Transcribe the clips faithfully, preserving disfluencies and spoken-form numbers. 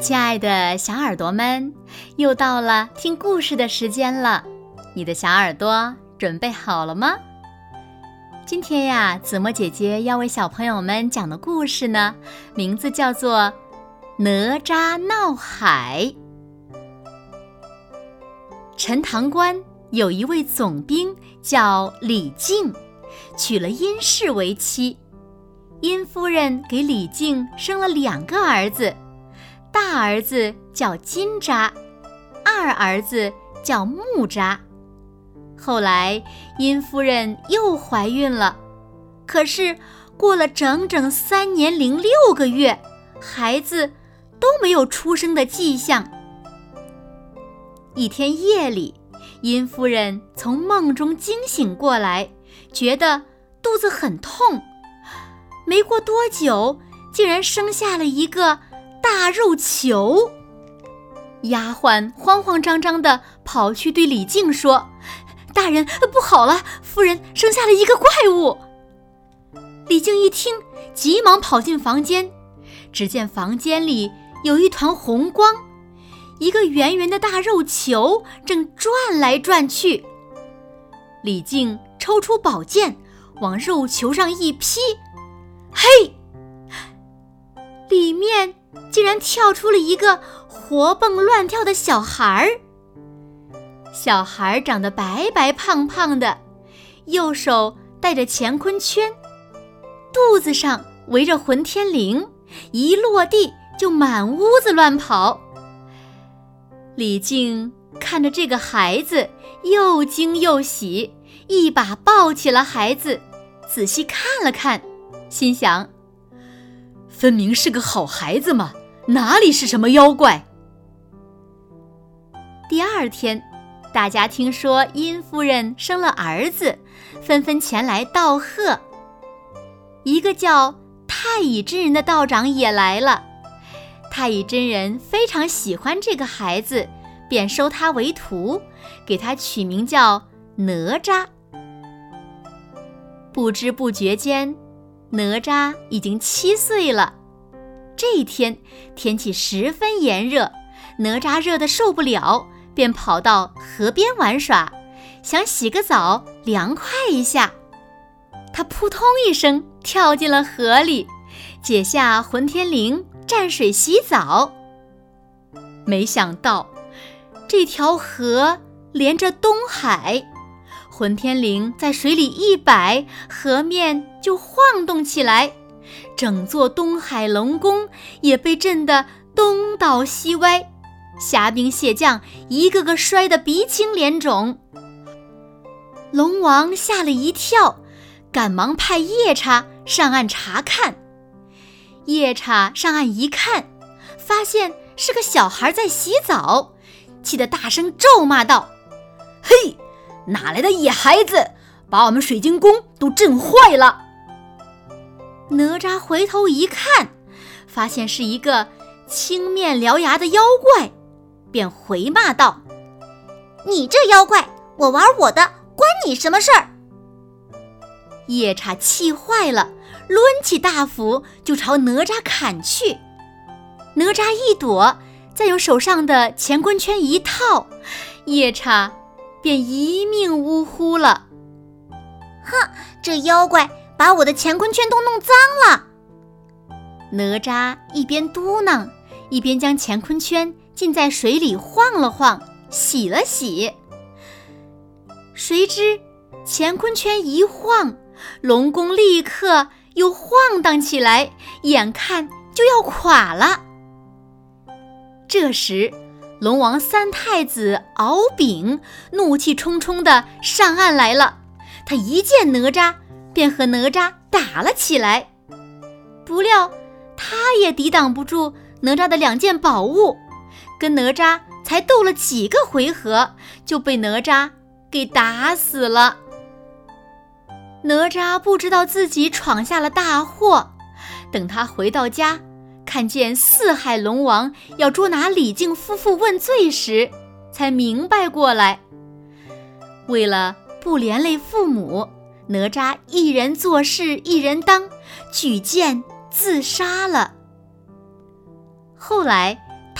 亲爱的小耳朵们，又到了听故事的时间了，你的小耳朵准备好了吗？今天呀，子墨姐姐要为小朋友们讲的故事呢，名字叫做《哪吒闹海》。陈塘关有一位总兵叫李靖，娶了殷氏为妻。殷夫人给李靖生了两个儿子，大儿子叫金吒，二儿子叫木吒。后来殷夫人又怀孕了，可是过了整整三年零六个月，孩子都没有出生的迹象。一天夜里，殷夫人从梦中惊醒过来，觉得肚子很痛，没过多久，竟然生下了一个大肉球。丫鬟慌慌张张地跑去对李靖说：“大人，不好了，夫人生下了一个怪物。”李靖一听，急忙跑进房间，只见房间里有一团红光，一个圆圆的大肉球正转来转去。李靖抽出宝剑，往肉球上一劈，嘿！里面竟然跳出了一个活蹦乱跳的小孩。小孩长得白白胖胖的，右手戴着乾坤圈，肚子上围着混天绫，一落地就满屋子乱跑。李靖看着这个孩子，又惊又喜，一把抱起了孩子，仔细看了看，心想：分明是个好孩子嘛，哪里是什么妖怪？第二天，大家听说殷夫人生了儿子，纷纷前来道贺。一个叫太乙真人的道长也来了，太乙真人非常喜欢这个孩子，便收他为徒，给他取名叫哪吒。不知不觉间，哪吒已经七岁了。这一天天气十分炎热，哪吒热得受不了，便跑到河边玩耍，想洗个澡凉快一下。他扑通一声跳进了河里，解下混天绫蘸水洗澡。没想到这条河连着东海，混天绫在水里一摆，河面就晃动起来，整座东海龙宫也被震得东倒西歪，虾兵蟹将一个个摔得鼻青脸肿。龙王吓了一跳，赶忙派夜叉上岸查看。夜叉上岸一看，发现是个小孩在洗澡，气得大声咒骂道：“嘿，哪来的野孩子，把我们水晶宫都震坏了！”哪吒回头一看，发现是一个青面獠牙的妖怪，便回骂道：“你这妖怪，我玩我的，关你什么事儿？”夜叉气坏了，抡起大斧就朝哪吒砍去。哪吒一躲，再用手上的乾坤圈一套，夜叉便一命呜呼了。 哼，这妖怪把我的乾坤圈都弄脏了。 哪吒一边嘟囔，一边将乾坤圈浸在水里晃了晃，洗了洗。谁知乾坤圈一晃，龙宫立刻又晃荡起来，眼看就要垮了。这时龙王三太子敖丙怒气冲冲地上岸来了，他一见哪吒便和哪吒打了起来。不料他也抵挡不住哪吒的两件宝物，跟哪吒才斗了几个回合，就被哪吒给打死了。哪吒不知道自己闯下了大祸，等他回到家，看见四海龙王要捉拿李靖夫妇问罪时，才明白过来。为了不连累父母，哪吒一人做事一人当，举剑自杀了。后来太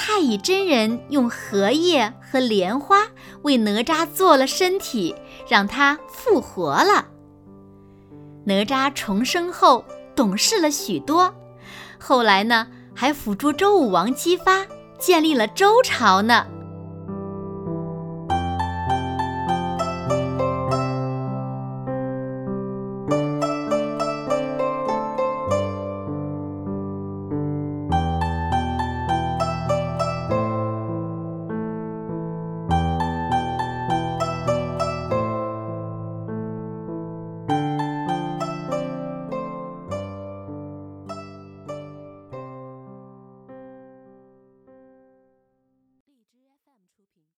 太乙真人用荷叶和莲花为哪吒做了身体，让他复活了。哪吒重生后懂事了许多，后来呢，还辅助周武王姬发，建立了周朝呢。